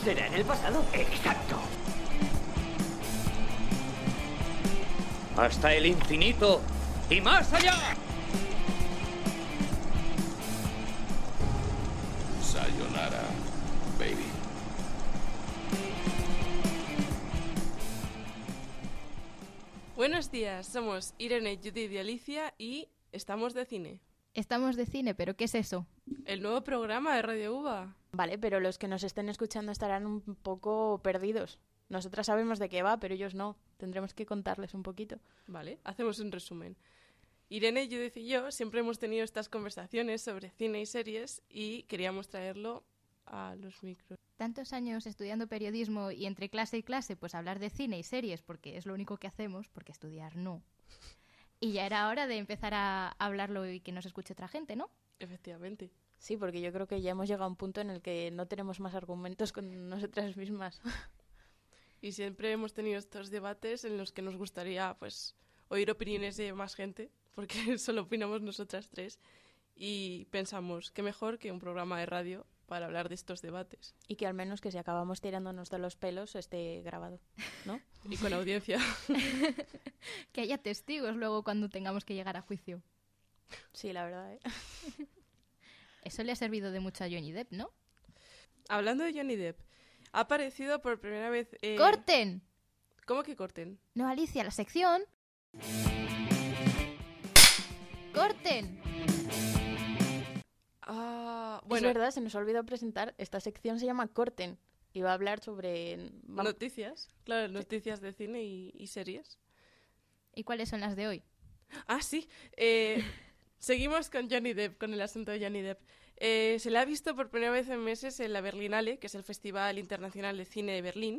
Será en el pasado. Exacto. Hasta el infinito y más allá. Sayonara, baby. Buenos días, somos Irene, Judith y Alicia y estamos de cine. Estamos de cine, pero ¿qué es eso? El nuevo programa de Radio UVA. Vale, pero los que nos estén escuchando estarán un poco perdidos. Nosotras sabemos de qué va, pero ellos no. Tendremos que contarles un poquito. Vale, hacemos un resumen. Irene, Judith y yo siempre hemos tenido estas conversaciones sobre cine y series y queríamos traerlo a los micros. Tantos años estudiando periodismo y entre clase y clase, pues hablar de cine y series, porque es lo único que hacemos, porque estudiar no. Y ya era hora de empezar a hablarlo y que nos escuche otra gente, ¿no? Efectivamente. Sí, porque yo creo que ya hemos llegado a un punto en el que no tenemos más argumentos con nosotras mismas. Y siempre hemos tenido estos debates en los que nos gustaría pues oír opiniones de más gente, porque solo opinamos nosotras tres. Y pensamos, qué mejor que un programa de radio para hablar de estos debates. Y que al menos que si acabamos tirándonos de los pelos esté grabado, ¿no? Y con audiencia. Que haya testigos luego cuando tengamos que llegar a juicio. Sí, la verdad, ¿eh? Eso le ha servido de mucho a Johnny Depp, ¿no? Hablando de Johnny Depp, ha aparecido por primera vez... ¡Corten! ¿Cómo que corten? No, Alicia, la sección. ¡Corten! Bueno, es verdad, se nos ha olvidado presentar. Esta sección se llama Corten y va a hablar sobre... Noticias, claro, noticias de cine y series. ¿Y cuáles son las de hoy? Ah, sí. Seguimos con Johnny Depp, con el asunto de Johnny Depp. Se le ha visto por primera vez en meses en la Berlinale, que es el Festival Internacional de Cine de Berlín.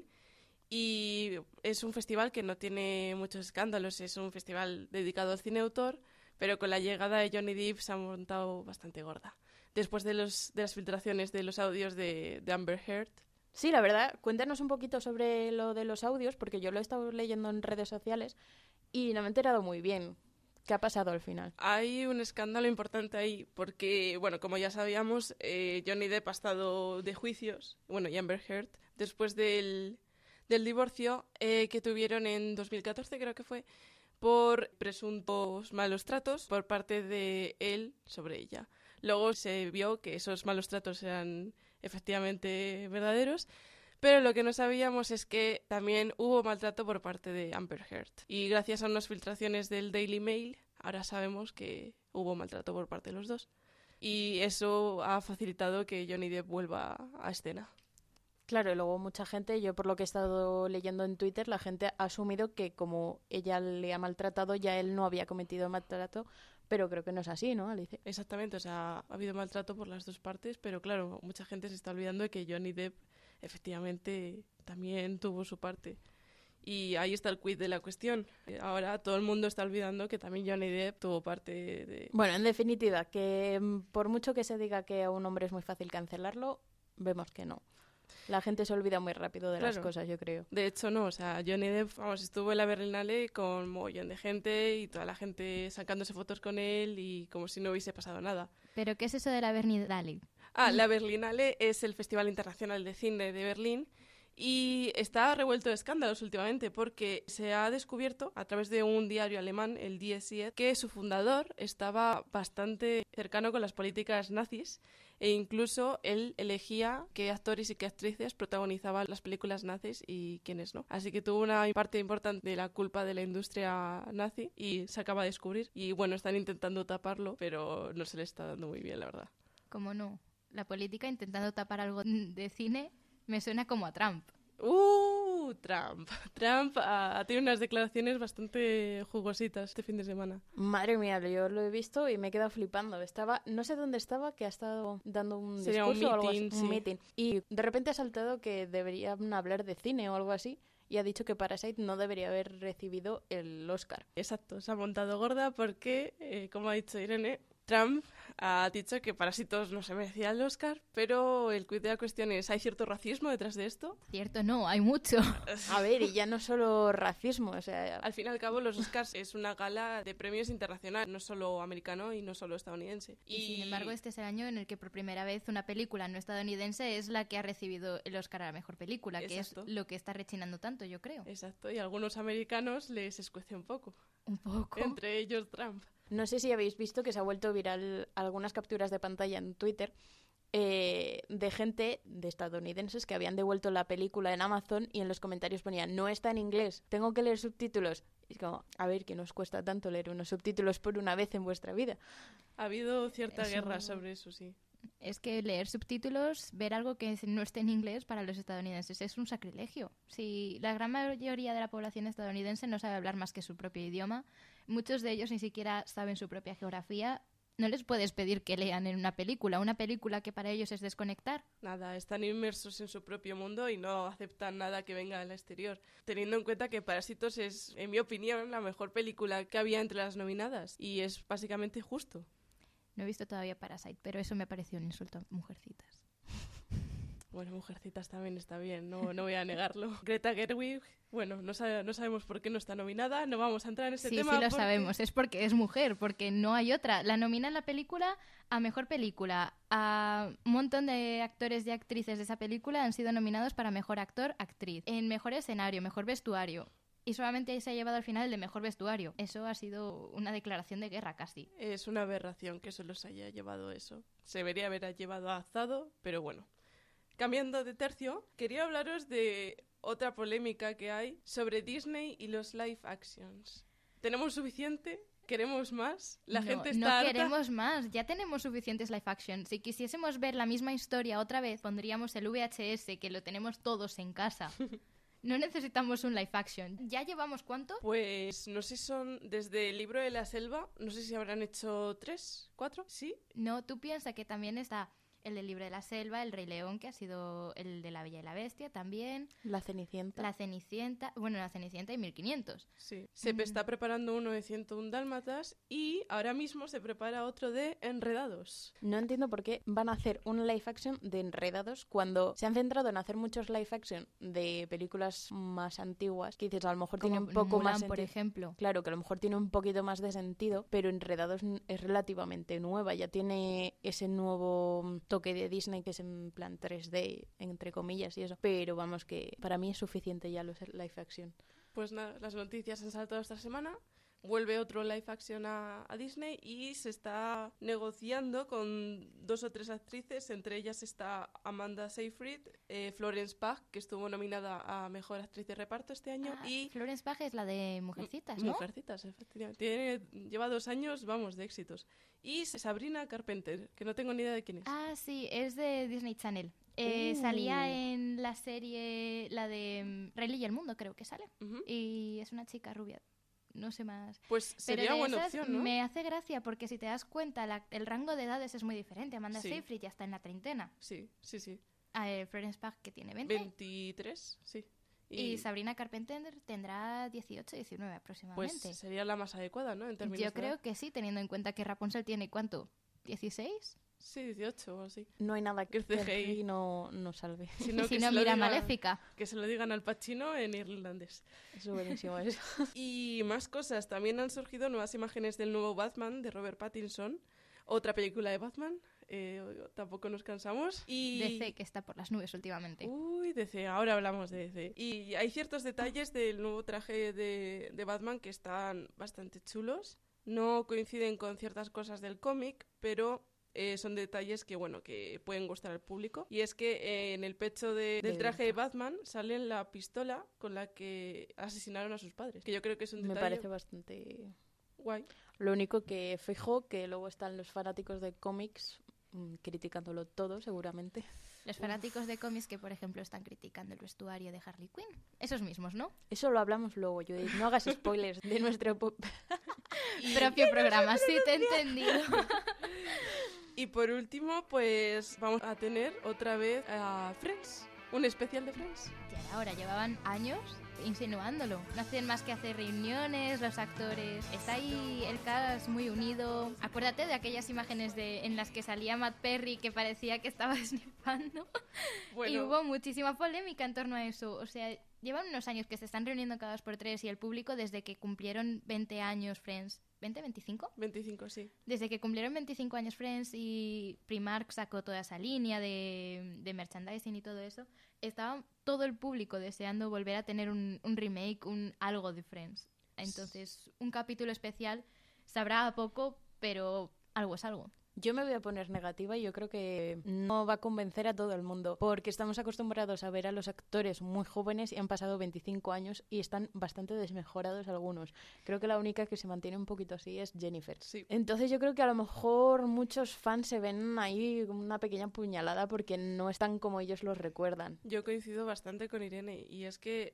Y es un festival que no tiene muchos escándalos, es un festival dedicado al cine de autor, pero con la llegada de Johnny Depp se ha montado bastante gorda. Después de las filtraciones de los audios de Amber Heard. Sí, la verdad, cuéntanos un poquito sobre lo de los audios, porque yo lo he estado leyendo en redes sociales y no me he enterado muy bien. ¿Qué ha pasado al final? Hay un escándalo importante ahí, porque, bueno, como ya sabíamos, Johnny Depp ha estado de juicios, bueno, y Amber Heard, después del divorcio que tuvieron en 2014, creo que fue, por presuntos malos tratos por parte de él sobre ella. Luego se vio que esos malos tratos eran efectivamente verdaderos, pero lo que no sabíamos es que también hubo maltrato por parte de Amber Heard. Y gracias a unas filtraciones del Daily Mail, ahora sabemos que hubo maltrato por parte de los dos. Y eso ha facilitado que Johnny Depp vuelva a escena. Claro, y luego mucha gente, yo por lo que he estado leyendo en Twitter, la gente ha asumido que como ella le ha maltratado, ya él no había cometido maltrato, pero creo que no es así, ¿no, Alicia? Exactamente, o sea, ha habido maltrato por las dos partes, pero claro, mucha gente se está olvidando de que Johnny Depp efectivamente también tuvo su parte. Y ahí está el quid de la cuestión. Ahora todo el mundo está olvidando que también Johnny Depp tuvo parte de... Bueno, en definitiva, que por mucho que se diga que a un hombre es muy fácil cancelarlo, vemos que no. La gente se olvida muy rápido de las cosas, yo creo. De hecho, no. O sea, Johnny Depp, vamos, estuvo en la Berlinale con un mogollón de gente y toda la gente sacándose fotos con él y como si no hubiese pasado nada. ¿Pero qué es eso de la Berlinale? La Berlinale es el Festival Internacional de Cine de Berlín y está revuelto de escándalos últimamente porque se ha descubierto a través de un diario alemán, el Die Zeit, que su fundador estaba bastante cercano con las políticas nazis e incluso él elegía qué actores y qué actrices protagonizaban las películas nazis y quiénes no. Así que tuvo una parte importante de la culpa de la industria nazi y se acaba de descubrir. Y bueno, están intentando taparlo, pero no se le está dando muy bien, la verdad. ¿Cómo no? La política intentando tapar algo de cine me suena como a Trump. Trump. Trump ha tenido unas declaraciones bastante jugositas este fin de semana. Madre mía, yo lo he visto y me he quedado flipando. No sé dónde estaba, que ha estado dando un discurso o algo así, un meeting. Y de repente ha saltado que deberían hablar de cine o algo así. Y ha dicho que Parasite no debería haber recibido el Oscar. Exacto, se ha montado gorda porque, como ha dicho Irene, Trump ha dicho que Parásitos no se merecía el Oscar, pero el quid de la cuestión es, ¿hay cierto racismo detrás de esto? Cierto, no, hay mucho. A ver, y ya no solo racismo, o sea... Al fin y al cabo, los Oscars es una gala de premios internacional, no solo americano y no solo estadounidense. Y sin embargo, este es el año en el que por primera vez una película no estadounidense es la que ha recibido el Oscar a la mejor película, Exacto. que es lo que está rechinando tanto, yo creo. Exacto, y a algunos americanos les escuece un poco. Un poco. Entre ellos Trump. No sé si habéis visto que se ha vuelto viral algunas capturas de pantalla en Twitter de gente, de estadounidenses, que habían devuelto la película en Amazon y en los comentarios ponían, no está en inglés, tengo que leer subtítulos. Y es como, a ver, que nos cuesta tanto leer unos subtítulos por una vez en vuestra vida. Ha habido cierta guerra sobre eso, sí. Es que leer subtítulos, ver algo que no esté en inglés para los estadounidenses es un sacrilegio. Si la gran mayoría de la población estadounidense no sabe hablar más que su propio idioma, muchos de ellos ni siquiera saben su propia geografía, no les puedes pedir que lean en una película que para ellos es desconectar. Nada, están inmersos en su propio mundo y no aceptan nada que venga del exterior. Teniendo en cuenta que Parásitos es, en mi opinión, la mejor película que había entre las nominadas y es básicamente justo. No he visto todavía Parasite, pero eso me pareció un insulto a Mujercitas. Bueno, Mujercitas también está bien, no voy a negarlo. Greta Gerwig, bueno, no sabemos por qué no está nominada, no vamos a entrar en ese tema. Sí, lo sabemos, es porque es mujer, porque no hay otra. La nominan la película a Mejor Película. A un montón de actores y actrices de esa película han sido nominados para Mejor Actor, Actriz. En Mejor Escenario, Mejor Vestuario. Y solamente se ha llevado al final el de Mejor Vestuario. Eso ha sido una declaración de guerra casi. Es una aberración que solo se haya llevado eso. Se debería haber llevado a Azado, pero bueno. Cambiando de tercio, quería hablaros de otra polémica que hay sobre Disney y los live actions. ¿Tenemos suficiente? ¿Queremos más? La gente está harta. No queremos más, ya tenemos suficientes live action. Si quisiésemos ver la misma historia otra vez, pondríamos el VHS, que lo tenemos todos en casa. No necesitamos un live action. ¿Ya llevamos cuánto? Pues no sé si son desde el libro de la selva, no sé si habrán hecho 3, 4, ¿sí? No, tú piensas que también está el del libro de la selva, el Rey León, que ha sido el de La Bella y la Bestia también. La Cenicienta. La Cenicienta y 1500. Sí. Se está preparando uno de 101 Dálmatas y ahora mismo se prepara otro de Enredados. No entiendo por qué van a hacer un live action de Enredados cuando se han centrado en hacer muchos live action de películas más antiguas, que dices, a lo mejor como tiene un poco Mulan, más sentido. Por ejemplo. Claro, que a lo mejor tiene un poquito más de sentido, pero Enredados es relativamente nueva, ya tiene ese nuevo toque de Disney que es en plan 3D, entre comillas y eso, pero vamos, que para mí es suficiente ya los live action. Pues nada, las noticias han saltado esta semana. Vuelve otro live action a Disney y se está negociando con 2 o 3 actrices, entre ellas está Amanda Seyfried, Florence Pugh, que estuvo nominada a Mejor Actriz de Reparto este año, y Florence Pugh es la de Mujercitas, ¿no? Mujercitas, efectivamente. Lleva 2 años, vamos, de éxitos. Y Sabrina Carpenter, que no tengo ni idea de quién es. Ah, sí, es de Disney Channel. Salía en la serie, la de Rayleigh y el Mundo, creo que sale. Y es una chica rubia. No sé más. Pues sería buena opción, ¿no? Me hace gracia porque si te das cuenta, el rango de edades es muy diferente. Amanda Seyfried ya está en la treintena. Sí. Florence Pugh, que tiene 20. 23, sí. Y Sabrina Carpenter tendrá 18, 19 aproximadamente. Pues sería la más adecuada, ¿no? En términos Yo creo que sí, teniendo en cuenta que Rapunzel tiene, ¿cuánto? ¿16? Sí, 18 o así. No hay nada que el CGI no salve. Si no mira Maléfica. Que se lo digan al Pacino en irlandés. Es buenísimo eso. Y más cosas. También han surgido nuevas imágenes del nuevo Batman de Robert Pattinson. Otra película de Batman. Tampoco nos cansamos. Y DC, que está por las nubes últimamente. Uy, DC. Ahora hablamos de DC. Y hay ciertos detalles del nuevo traje de Batman que están bastante chulos. No coinciden con ciertas cosas del cómic, pero son detalles que, bueno, que pueden gustar al público. Y es que en el pecho del traje de Batman sale la pistola con la que asesinaron a sus padres. Que yo creo que es un detalle... Me parece bastante... guay. Lo único que fijo que luego están los fanáticos de cómics criticándolo todo, seguramente. Los fanáticos de cómics que, por ejemplo, están criticando el vestuario de Harley Quinn. Esos mismos, ¿no? Eso lo hablamos luego, Judith. No hagas spoilers de nuestro propio programa. Sí, te he entendido. Y por último, pues vamos a tener otra vez a Friends. ¿Un especial de Friends? Ya ahora, llevaban años insinuándolo. No hacen más que hacer reuniones, los actores. Está ahí el cast muy unido. Acuérdate de aquellas imágenes en las que salía Matt Perry que parecía que estaba snifando. Bueno. Y hubo muchísima polémica en torno a eso. O sea, llevan unos años que se están reuniendo cada 2x3 y el público desde que cumplieron 20 años Friends. ¿20? ¿25? 25, sí. Desde que cumplieron 25 años Friends y Primark sacó toda esa línea de merchandising y todo eso, estaba todo el público deseando volver a tener un remake, algo de Friends. Entonces, un capítulo especial sabrá a poco, pero algo es algo. Yo me voy a poner negativa y yo creo que no va a convencer a todo el mundo, porque estamos acostumbrados a ver a los actores muy jóvenes y han pasado 25 años y están bastante desmejorados algunos. Creo que la única que se mantiene un poquito así es Jennifer. Sí. Entonces yo creo que a lo mejor muchos fans se ven ahí una pequeña puñalada porque no están como ellos los recuerdan. Yo coincido bastante con Irene y es que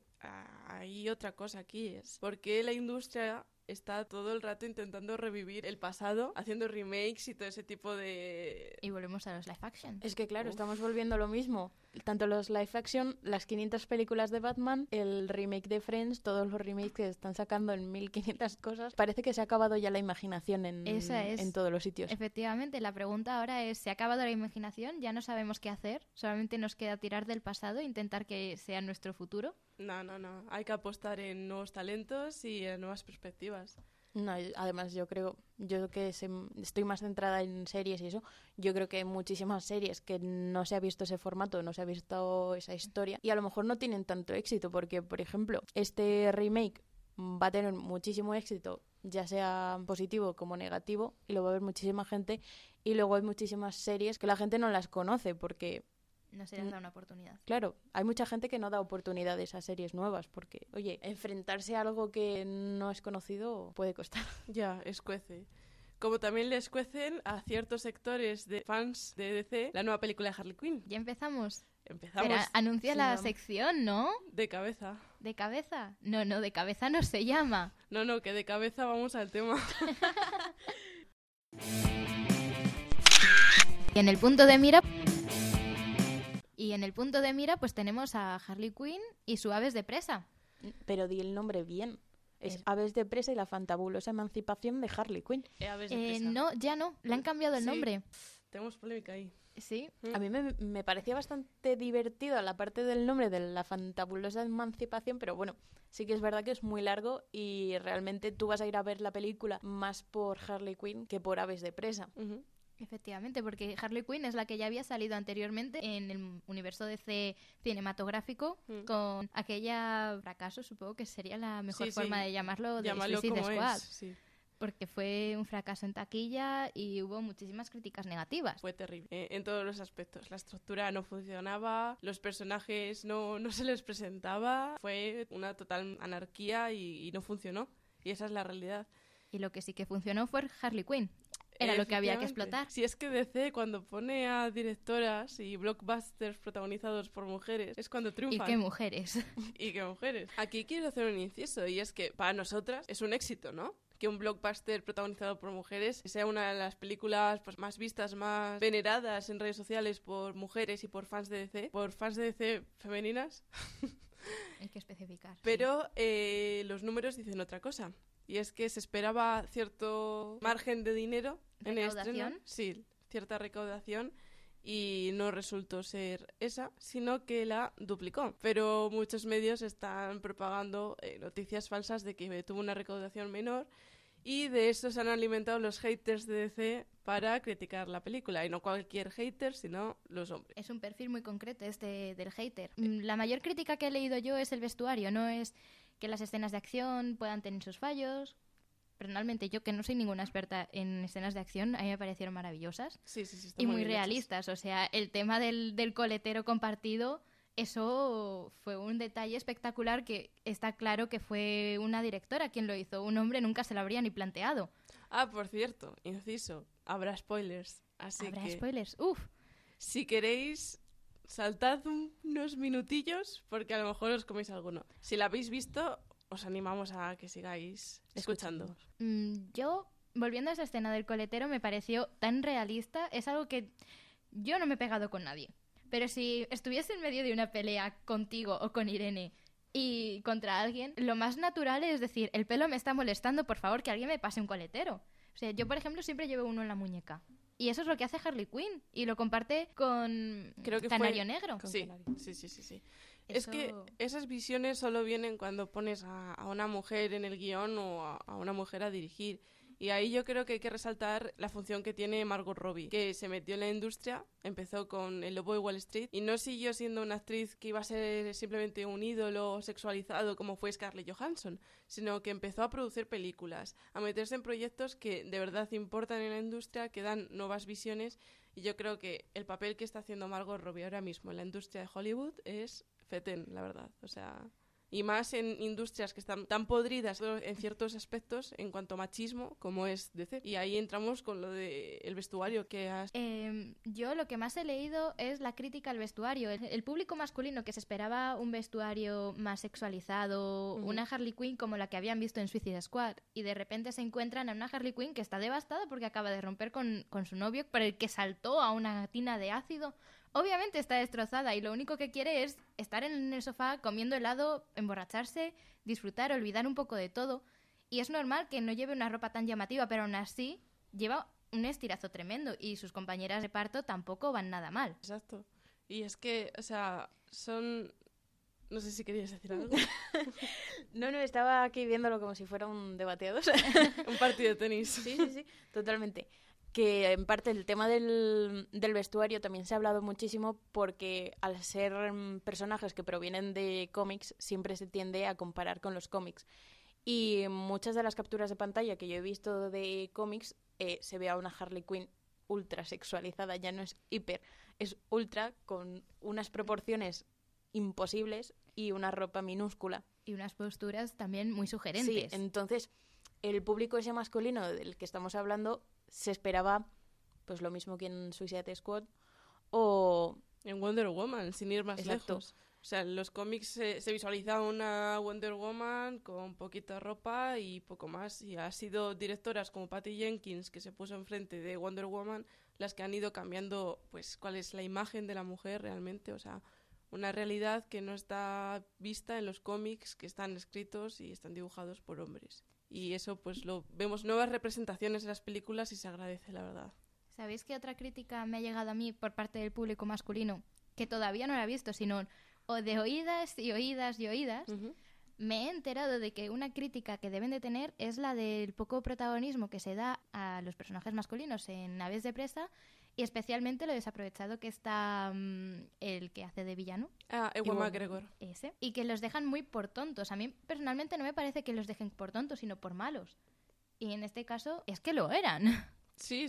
hay otra cosa aquí, es porque la industria está todo el rato intentando revivir el pasado, haciendo remakes y todo ese tipo de... Y volvemos a los live action. Es que claro, estamos volviendo a lo mismo. Tanto los live action, las 500 películas de Batman, el remake de Friends, todos los remakes que están sacando en 1500 cosas. Parece que se ha acabado ya la imaginación en todos los sitios. Efectivamente, la pregunta ahora es, ¿se ha acabado la imaginación? ¿Ya no sabemos qué hacer? ¿Solamente nos queda tirar del pasado e intentar que sea nuestro futuro? No. Hay que apostar en nuevos talentos y en nuevas perspectivas. No, además yo que estoy más centrada en series y eso, yo creo que hay muchísimas series que no se ha visto ese formato, no se ha visto esa historia y a lo mejor no tienen tanto éxito porque, por ejemplo, este remake va a tener muchísimo éxito, ya sea positivo como negativo, y lo va a ver muchísima gente, y luego hay muchísimas series que la gente no las conoce porque... No se les da una oportunidad. Claro, hay mucha gente que no da oportunidades a series nuevas porque, oye, enfrentarse a algo que no es conocido puede costar. Ya, escuece. Como también le escuecen a ciertos sectores de fans de DC la nueva película de Harley Quinn. ¿Ya empezamos? Empezamos. Pero anuncia la sección, ¿no? De cabeza. ¿De cabeza? No, de cabeza no se llama. No, que de cabeza vamos al tema. Y en el punto de mira... pues tenemos a Harley Quinn y su Aves de Presa. Pero di el nombre bien. Es Aves de Presa y la fantabulosa emancipación de Harley Quinn. Aves de Presa. No, ya no. Le han cambiado el nombre. Tenemos polémica ahí. Sí. A mí me parecía bastante divertido la parte del nombre de la fantabulosa emancipación, pero bueno, sí que es verdad que es muy largo y realmente tú vas a ir a ver la película más por Harley Quinn que por Aves de Presa. Uh-huh. Efectivamente, porque Harley Quinn es la que ya había salido anteriormente en el universo DC cinematográfico con aquella fracaso, supongo que sería la mejor forma de llamarlo, de Suicide Squad. Sí. Porque fue un fracaso en taquilla y hubo muchísimas críticas negativas. Fue terrible, en todos los aspectos. La estructura no funcionaba, los personajes no se les presentaba, fue una total anarquía y no funcionó. Y esa es la realidad. Y lo que sí que funcionó fue Harley Quinn. Era lo que había que explotar. Si es que DC, cuando pone a directoras y blockbusters protagonizados por mujeres, es cuando triunfan. ¿Y qué mujeres? ¿Y qué mujeres? Aquí quiero hacer un inciso, y es que para nosotras es un éxito, ¿no? Que un blockbuster protagonizado por mujeres sea una de las películas pues, más vistas, más veneradas en redes sociales por mujeres y por fans de DC. Por fans de DC femeninas. Hay que especificar. Pero los números dicen otra cosa. Y es que se esperaba cierto margen de dinero en el estreno. Sí, cierta recaudación. Y no resultó ser esa, sino que la duplicó. Pero muchos medios están propagando noticias falsas de que tuvo una recaudación menor. Y de eso se han alimentado los haters de DC para criticar la película. Y no cualquier hater, sino los hombres. Es un perfil muy concreto del hater. La mayor crítica que he leído yo es el vestuario. No es que las escenas de acción puedan tener sus fallos. Personalmente, yo que no soy ninguna experta en escenas de acción, a mí me parecieron maravillosas. Sí, y muy realistas. O sea, el tema del coletero compartido, eso fue un detalle espectacular que está claro que fue una directora quien lo hizo. Un hombre nunca se lo habría ni planteado. Ah, por cierto, inciso, habrá spoilers. ¿Habrá spoilers? Uf. Si queréis, saltad unos minutillos porque a lo mejor os coméis alguno. Si la habéis visto, os animamos a que sigáis escuchando. Yo, volviendo a esa escena del coletero, me pareció tan realista. Es algo que yo no me he pegado con nadie. Pero si estuviese en medio de una pelea contigo o con Irene y contra alguien, lo más natural es decir, el pelo me está molestando, por favor, que alguien me pase un coletero. O sea, yo, por ejemplo, siempre llevo uno en la muñeca. Y eso es lo que hace Harley Quinn. Y lo comparte con Canario Negro. Sí. Es que esas visiones solo vienen cuando pones a una mujer en el guión o a una mujer a dirigir. Y ahí yo creo que hay que resaltar la función que tiene Margot Robbie, que se metió en la industria, empezó con El Lobo de Wall Street y no siguió siendo una actriz que iba a ser simplemente un ídolo sexualizado como fue Scarlett Johansson, sino que empezó a producir películas, a meterse en proyectos que de verdad importan en la industria, que dan nuevas visiones, y yo creo que el papel que está haciendo Margot Robbie ahora mismo en la industria de Hollywood es fetén, la verdad, o sea... Y más en industrias que están tan podridas en ciertos aspectos en cuanto a machismo como es DC. Y ahí entramos con lo del vestuario que has... Yo lo que más he leído es la crítica al vestuario. El público masculino que se esperaba un vestuario más sexualizado, una Harley Quinn como la que habían visto en Suicide Squad. Y de repente se encuentran a una Harley Quinn que está devastada porque acaba de romper con su novio, por el que saltó a una tina de ácido. Obviamente está destrozada y lo único que quiere es estar en el sofá comiendo helado, emborracharse, disfrutar, olvidar un poco de todo. Y es normal que no lleve una ropa tan llamativa, pero aún así lleva un estirazo tremendo y sus compañeras de parto tampoco van nada mal. Exacto. Y es que, o sea, son... No sé si querías decir algo. No, estaba aquí viéndolo como si fuera un debateados. Un partido de tenis. Sí, totalmente. Que en parte el tema del vestuario también se ha hablado muchísimo porque al ser personajes que provienen de cómics siempre se tiende a comparar con los cómics. Y muchas de las capturas de pantalla que yo he visto de cómics se ve a una Harley Quinn ultra sexualizada, ya no es hiper, es ultra con unas proporciones imposibles y una ropa minúscula. Y unas posturas también muy sugerentes. Sí, entonces el público ese masculino del que estamos hablando se esperaba pues lo mismo que en Suicide Squad o en Wonder Woman, sin ir más lejos. O sea, en los cómics se visualizaba una Wonder Woman con poquita ropa y poco más. Y ha sido directoras como Patty Jenkins, que se puso enfrente de Wonder Woman, las que han ido cambiando pues cuál es la imagen de la mujer realmente. O sea, una realidad que no está vista en los cómics que están escritos y están dibujados por hombres. Y eso pues lo vemos nuevas representaciones en las películas y se agradece, la verdad. ¿Sabéis qué otra crítica me ha llegado a mí por parte del público masculino? Que todavía no la he visto, sino de oídas y oídas y oídas. Me he enterado de que una crítica que deben de tener es la del poco protagonismo que se da a los personajes masculinos en Aves de presa y especialmente lo desaprovechado que está el que hace de villano. Ewan McGregor. Ese. Y que los dejan muy por tontos. A mí personalmente no me parece que los dejen por tontos, sino por malos. Y en este caso es que lo eran. Sí.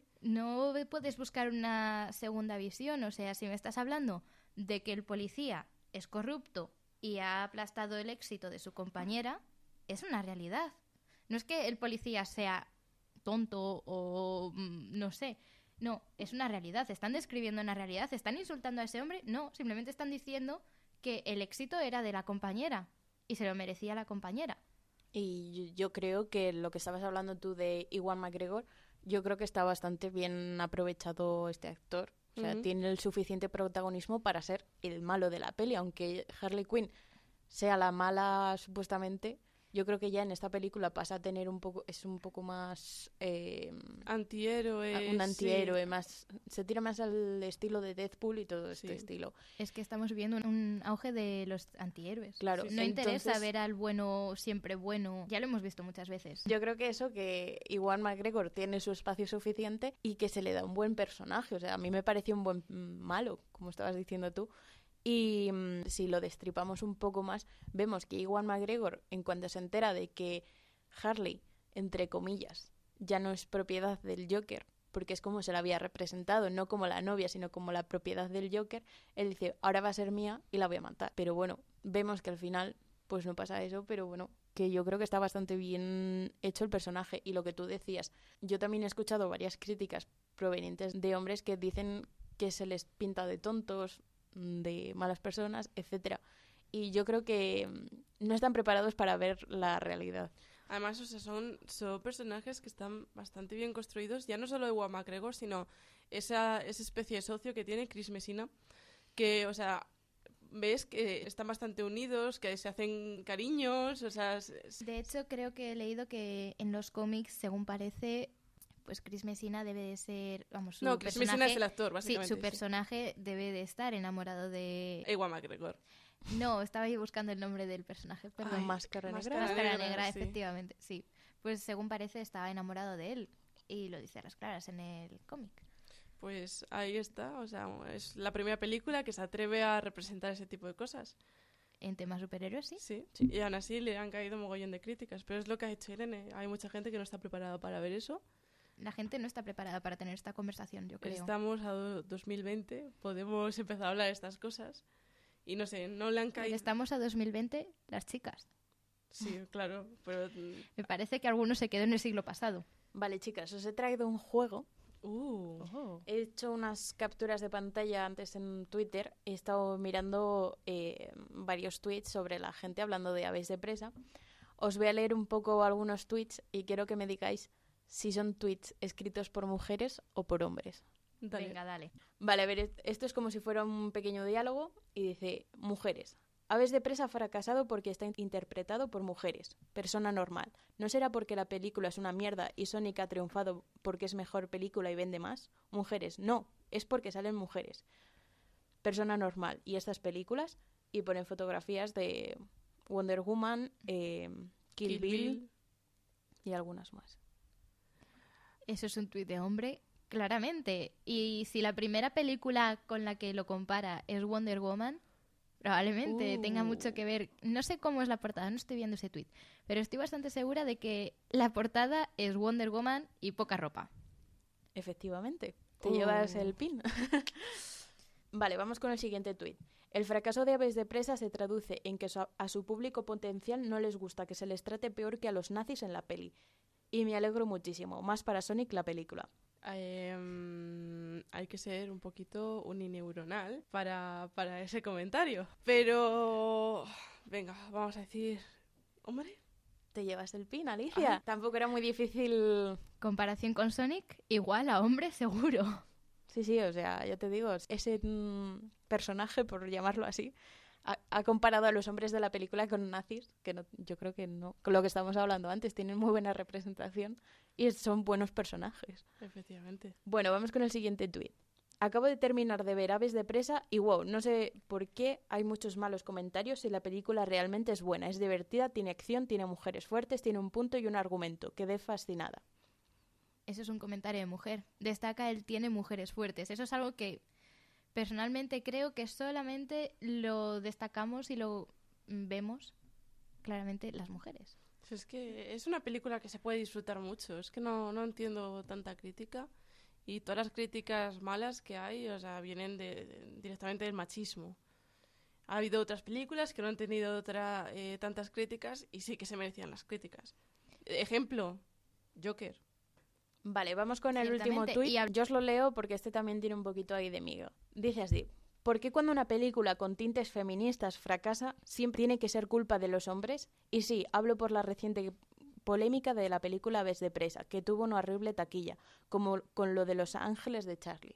No puedes buscar una segunda visión. O sea, si me estás hablando de que el policía es corrupto y ha aplastado el éxito de su compañera, es una realidad. No es que el policía sea tonto o no sé. No, es una realidad. ¿Están describiendo una realidad? ¿Están insultando a ese hombre? No, simplemente están diciendo que el éxito era de la compañera y se lo merecía la compañera. Y yo creo que lo que estabas hablando tú de Ewan McGregor, yo creo que está bastante bien aprovechado este actor. O sea, tiene el suficiente protagonismo para ser el malo de la peli, aunque Harley Quinn sea la mala supuestamente. Yo creo que ya en esta película pasa a tener un poco más antihéroe, un antihéroe, más se tira más al estilo de Deadpool y todo este estilo. Es que estamos viendo un auge de los antihéroes. Claro, no interesa ver al bueno siempre bueno. Ya lo hemos visto muchas veces. Yo creo que eso, que Ewan McGregor tiene su espacio suficiente y que se le da un buen personaje. O sea, a mí me pareció un buen malo, como estabas diciendo tú. Y si lo destripamos un poco más, vemos que Ewan McGregor, en cuanto se entera de que Harley, entre comillas, ya no es propiedad del Joker, porque es como se la había representado, no como la novia, sino como la propiedad del Joker, él dice, ahora va a ser mía y la voy a matar. Pero bueno, vemos que al final pues no pasa eso, pero bueno, que yo creo que está bastante bien hecho el personaje. Y lo que tú decías, yo también he escuchado varias críticas provenientes de hombres que dicen que se les pinta de tontos, de malas personas, etcétera. Y yo creo que no están preparados para ver la realidad. Además, o sea, son personajes que están bastante bien construidos, ya no solo de Ewan McGregor, sino esa especie de socio que tiene Chris Messina, que, o sea, ves que están bastante unidos, que se hacen cariños, o sea... De hecho, creo que he leído que en los cómics, según parece, pues Chris Messina debe de ser... Vamos, su Chris Messina es el actor, básicamente. Sí, su personaje debe de estar enamorado de... Ewan McGregor. No, estaba ahí buscando el nombre del personaje. Perdón. Máscara Negra. Máscara Negra, sí. Efectivamente, sí. Pues según parece, estaba enamorado de él. Y lo dice a las claras en el cómic. Pues ahí está, o sea, es la primera película que se atreve a representar ese tipo de cosas. En temas superhéroes, sí. Sí, y aún así le han caído mogollón de críticas, pero es lo que ha hecho Irene. Hay mucha gente que no está preparada para ver eso. La gente no está preparada para tener esta conversación, yo creo. Estamos a 2020, podemos empezar a hablar de estas cosas. Y no sé, no le han caído... Estamos a 2020, las chicas. Sí, claro, pero... Me parece que alguno se quedó en el siglo pasado. Vale, chicas, os he traído un juego. He hecho unas capturas de pantalla antes en Twitter. He estado mirando varios tweets sobre la gente hablando de aves de presa. Os voy a leer un poco algunos tweets y quiero que me digáis si son tweets escritos por mujeres o por hombres. Dale. Venga, dale. Vale, a ver, esto es como si fuera un pequeño diálogo y dice: mujeres. Aves de presa ha fracasado porque está interpretado por mujeres. Persona normal. ¿No será porque la película es una mierda y Sonic ha triunfado porque es mejor película y vende más? Mujeres. No, es porque salen mujeres. Persona normal. ¿Y estas películas? Y ponen fotografías de Wonder Woman, Kill Bill y algunas más. Eso es un tuit de hombre, claramente. Y si la primera película con la que lo compara es Wonder Woman... Probablemente tenga mucho que ver. No sé cómo es la portada, no estoy viendo ese tuit, pero estoy bastante segura de que la portada es Wonder Woman y poca ropa. Efectivamente. Te llevas el pin. Vale, vamos con el siguiente tuit. El fracaso de Aves de presa se traduce en que a su público potencial no les gusta que se les trate peor que a los nazis en la peli. Y me alegro muchísimo. Más para Sonic la película. Hay que ser un poquito unineuronal para ese comentario. Pero... Venga, vamos a decir... ¿Hombre? Te llevas el pin, Alicia. Ajá. Tampoco era muy difícil... Comparación con Sonic, igual a hombre seguro. Sí, o sea, ya te digo, ese personaje, por llamarlo así, ha comparado a los hombres de la película con nazis, que no, yo creo que no. Con lo que estábamos hablando antes, tienen muy buena representación y son buenos personajes. Efectivamente. Bueno, vamos con el siguiente tuit. Acabo de terminar de ver Aves de presa y wow, no sé por qué hay muchos malos comentarios si la película realmente es buena, es divertida, tiene acción, tiene mujeres fuertes, tiene un punto y un argumento. Quedé fascinada. Eso es un comentario de mujer. Destaca el tiene mujeres fuertes. Eso es algo que personalmente creo que solamente lo destacamos y lo vemos claramente las mujeres. Es que es una película que se puede disfrutar mucho. Es que no entiendo tanta crítica. Y todas las críticas malas que hay, o sea, vienen directamente del machismo. Ha habido otras películas que no han tenido tantas críticas y sí que se merecían las críticas. Ejemplo, Joker. Vale, vamos con el último tuit. Yo os lo leo porque este también tiene un poquito ahí de miga. Dice así: ¿por qué cuando una película con tintes feministas fracasa siempre tiene que ser culpa de los hombres? Y sí, hablo por la reciente polémica de la película Aves de presa, que tuvo una horrible taquilla, como con lo de Los Ángeles de Charlie.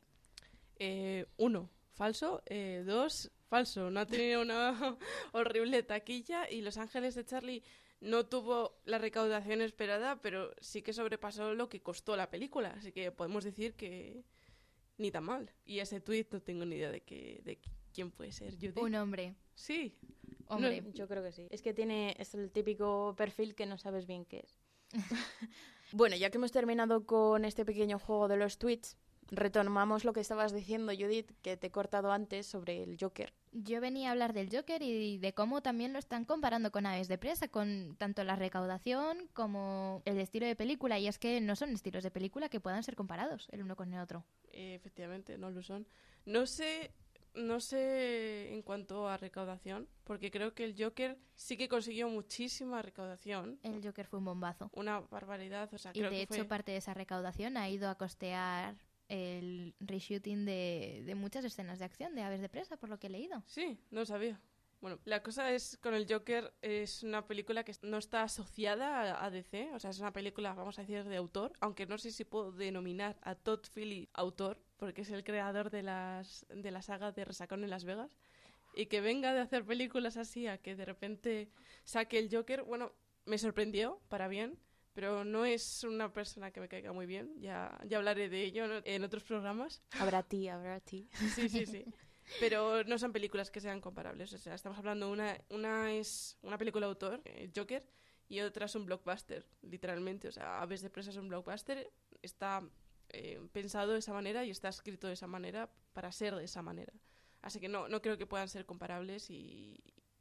1, falso. 2, falso. No ha tenido una horrible taquilla y Los Ángeles de Charlie no tuvo la recaudación esperada, pero sí que sobrepasó lo que costó la película, así que podemos decir que ni tan mal. Y ese tuit no tengo ni idea de quién puede ser. ¿Judy? Un hombre. Sí. Hombre. No, yo creo que sí. Es que es el típico perfil que no sabes bien qué es. Bueno, ya que hemos terminado con este pequeño juego de los tweets, retomamos lo que estabas diciendo, Judith, que te he cortado antes sobre el Joker. Yo venía a hablar del Joker y de cómo también lo están comparando con Aves de presa, con tanto la recaudación como el estilo de película. Y es que no son estilos de película que puedan ser comparados el uno con el otro. Efectivamente, no lo son. No sé en cuanto a recaudación, porque creo que el Joker sí que consiguió muchísima recaudación. El Joker fue un bombazo. Una barbaridad. O sea, y de hecho parte de esa recaudación ha ido a costear el reshooting de muchas escenas de acción de Aves de presa, por lo que he leído. Sí, no sabía. Bueno, la cosa es, con el Joker, es una película que no está asociada a DC, o sea, es una película, vamos a decir, de autor, aunque no sé si puedo denominar a Todd Phillips autor, porque es el creador de la saga de Resacón en Las Vegas, y que venga de hacer películas así a que de repente saque el Joker, bueno, me sorprendió, para bien, pero no es una persona que me caiga muy bien, ya hablaré de ello en otros programas. Habrá ti. Sí. Pero no son películas que sean comparables, o sea, estamos hablando, una es una película de autor, Joker, y otra es un blockbuster, literalmente, o sea, Aves de presa es un blockbuster, está pensado de esa manera y está escrito de esa manera para ser de esa manera. Así que no creo que puedan ser comparables y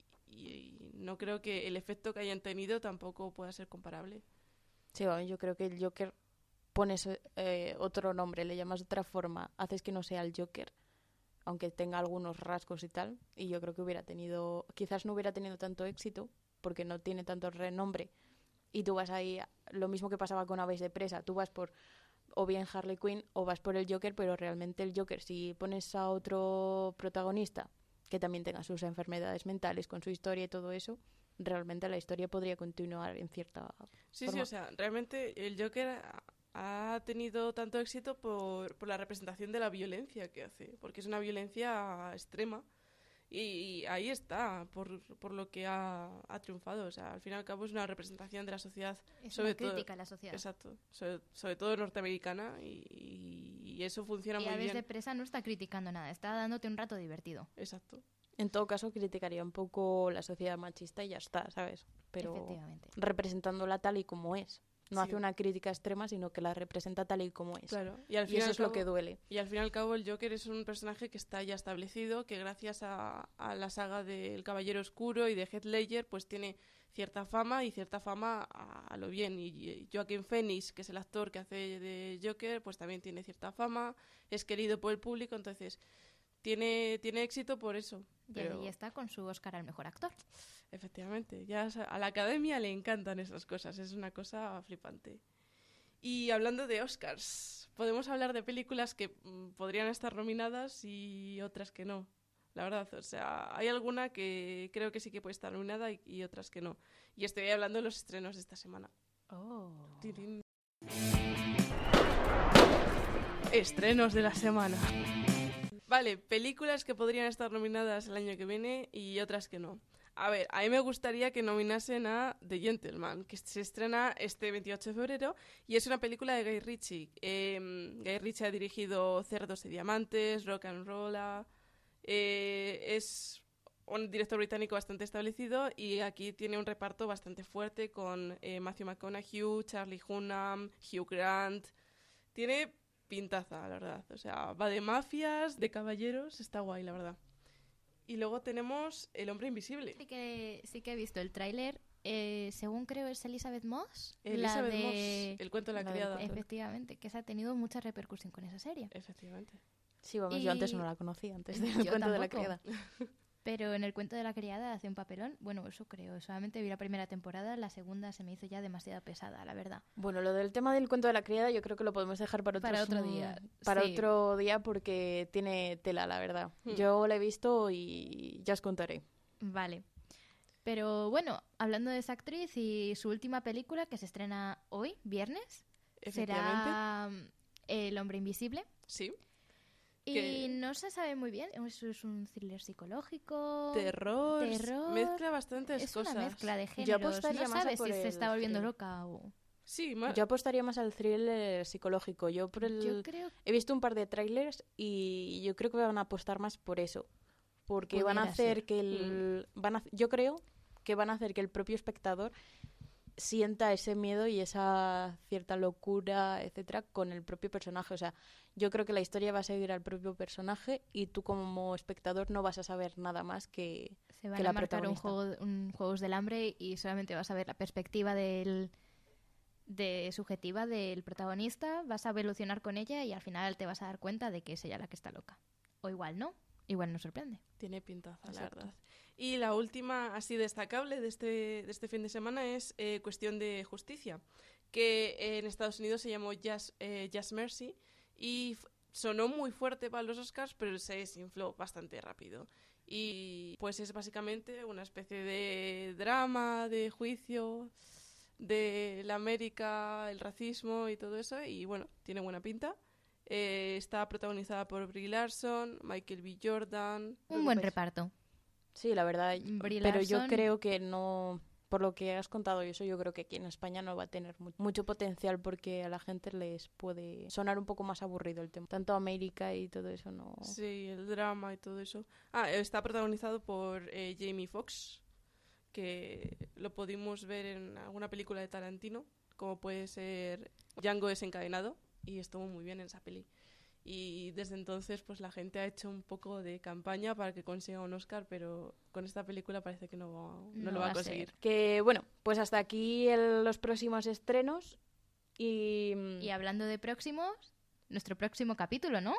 no creo que el efecto que hayan tenido tampoco pueda ser comparable. Sí, bueno, yo creo que el Joker pones otro nombre, le llamas de otra forma, haces que no sea el Joker, aunque tenga algunos rasgos y tal, y yo creo que quizás no hubiera tenido tanto éxito, porque no tiene tanto renombre, y tú vas ahí, lo mismo que pasaba con Aves de presa, tú vas por o bien Harley Quinn o vas por el Joker, pero realmente el Joker, si pones a otro protagonista que también tenga sus enfermedades mentales con su historia y todo eso, realmente la historia podría continuar en cierta forma. Sí, o sea, realmente el Joker ha tenido tanto éxito por la representación de la violencia que hace, porque es una violencia extrema. Y ahí está, por lo que ha triunfado. O sea, al fin y al cabo es una representación de la sociedad. Es una crítica a la sociedad. Exacto. Sobre todo norteamericana. Y eso funciona muy bien. Y Aves de presa no está criticando nada, está dándote un rato divertido. Exacto. En todo caso, criticaría un poco la sociedad machista y ya está, ¿sabes? Pero representándola tal y como es. No hace una crítica extrema, sino que la representa tal y como es. Claro. Y eso es lo que duele. Y al fin y al cabo el Joker es un personaje que está ya establecido, que gracias a la saga del Caballero Oscuro y de Heath Ledger, pues tiene cierta fama y cierta fama a lo bien. Y Joaquin Phoenix, que es el actor que hace de Joker, pues también tiene cierta fama, es querido por el público, entonces tiene éxito por eso. Pero... Y ahí está con su Oscar al mejor actor. Efectivamente, ya a la academia le encantan esas cosas, es una cosa flipante. Y hablando de Oscars, podemos hablar de películas que podrían estar nominadas y otras que no, la verdad. O sea, hay alguna que creo que sí que puede estar nominada y otras que no. Y estoy hablando de los estrenos de esta semana. Oh. Estrenos de la semana. Vale, películas que podrían estar nominadas el año que viene y otras que no. A ver, a mí me gustaría que nominasen a The Gentleman, que se estrena este 28 de febrero y es una película de Guy Ritchie. Guy Ritchie ha dirigido Cerdos y Diamantes, Rock and Roll. Es un director británico bastante establecido y aquí tiene un reparto bastante fuerte con Matthew McConaughey, Charlie Hunnam, Hugh Grant. Tiene pintaza, la verdad. O sea, va de mafias, de caballeros, está guay, la verdad. Y luego tenemos El hombre invisible. Sí que he visto el tráiler. Según creo es Elizabeth Moss. Moss, El cuento de la criada. Efectivamente, que se ha tenido mucha repercusión con esa serie. Efectivamente. Sí, vamos, yo antes no la conocía, antes del cuento de la criada. Pero en el cuento de la criada hace un papelón. Bueno, eso creo. Solamente vi la primera temporada, la segunda se me hizo ya demasiado pesada, la verdad. Bueno, lo del tema del cuento de la criada yo creo que lo podemos dejar para otro día. Otro día porque tiene tela, la verdad. Yo la he visto y ya os contaré. Vale. Pero bueno, hablando de esa actriz y su última película que se estrena hoy, viernes, será El hombre invisible. Sí. Y no se sabe muy bien, eso es un thriller psicológico, terror, mezcla bastantes cosas. Es una mezcla de géneros, no sabes si se está volviendo loca o... Sí, yo apostaría más al thriller psicológico. Yo creo... He visto un par de trailers y yo creo que van a apostar más por eso. Porque van a hacer que yo creo que van a hacer que el propio espectador sienta ese miedo y esa cierta locura, etcétera, con el propio personaje. O sea, yo creo que la historia va a seguir al propio personaje y tú como espectador no vas a saber nada más que se van que la a marcar protagonista. un Juegos del Hambre y solamente vas a ver la perspectiva subjetiva del protagonista, vas a evolucionar con ella y al final te vas a dar cuenta de que es ella la que está loca. O igual no, igual nos sorprende. Tiene pintaza, la verdad. Y la última así destacable de este fin de semana es Cuestión de Justicia, que en Estados Unidos se llamó Just Mercy y sonó muy fuerte para los Oscars, pero se desinfló bastante rápido. Y pues es básicamente una especie de drama, de juicio de la América, el racismo y todo eso, y bueno, tiene buena pinta. Está protagonizada por Brie Larson, Michael B. Jordan... Un buen reparto. Sí, la verdad. Brie pero Larson... yo creo que no... Por lo que has contado y eso, yo creo que aquí en España no va a tener mucho potencial porque a la gente les puede sonar un poco más aburrido el tema. Tanto América y todo eso no... Sí, el drama y todo eso. Está protagonizado por Jamie Foxx, que lo pudimos ver en alguna película de Tarantino, como puede ser Django desencadenado, y estuvo muy bien en esa peli. Y desde entonces pues la gente ha hecho un poco de campaña para que consiga un Oscar, pero con esta película parece que no lo va a conseguir. Que bueno, pues hasta aquí los próximos estrenos y hablando de próximos, nuestro próximo capítulo, ¿no?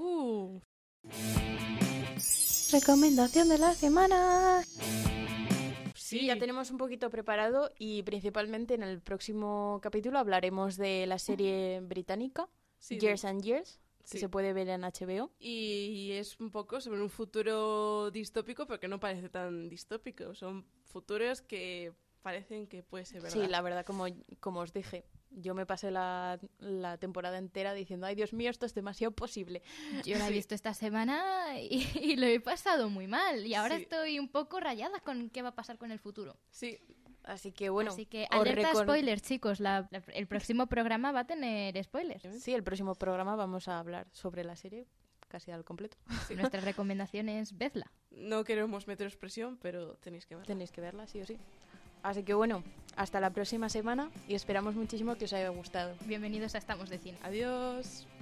Recomendación de la semana. Sí, ya tenemos un poquito preparado y principalmente en el próximo capítulo hablaremos de la serie británica Years and Years. Que se puede ver en HBO. Y es un poco sobre un futuro distópico, pero que no parece tan distópico. Son futuros que parecen que puede ser verdad. Sí, la verdad, como os dije, yo me pasé la temporada entera diciendo, ay, Dios mío, esto es demasiado posible. Yo la he visto esta semana y lo he pasado muy mal. Y ahora estoy un poco rayada con qué va a pasar con el futuro. Sí. Así que bueno. Así que alerta spoilers, chicos. El próximo programa va a tener spoilers. Sí, el próximo programa vamos a hablar sobre la serie casi al completo. Sí. Nuestra recomendación es vedla. No queremos meteros presión, pero tenéis que verla. Tenéis que verla, sí o sí. Así que bueno, hasta la próxima semana y esperamos muchísimo que os haya gustado. Bienvenidos a Estamos de Cine. Adiós.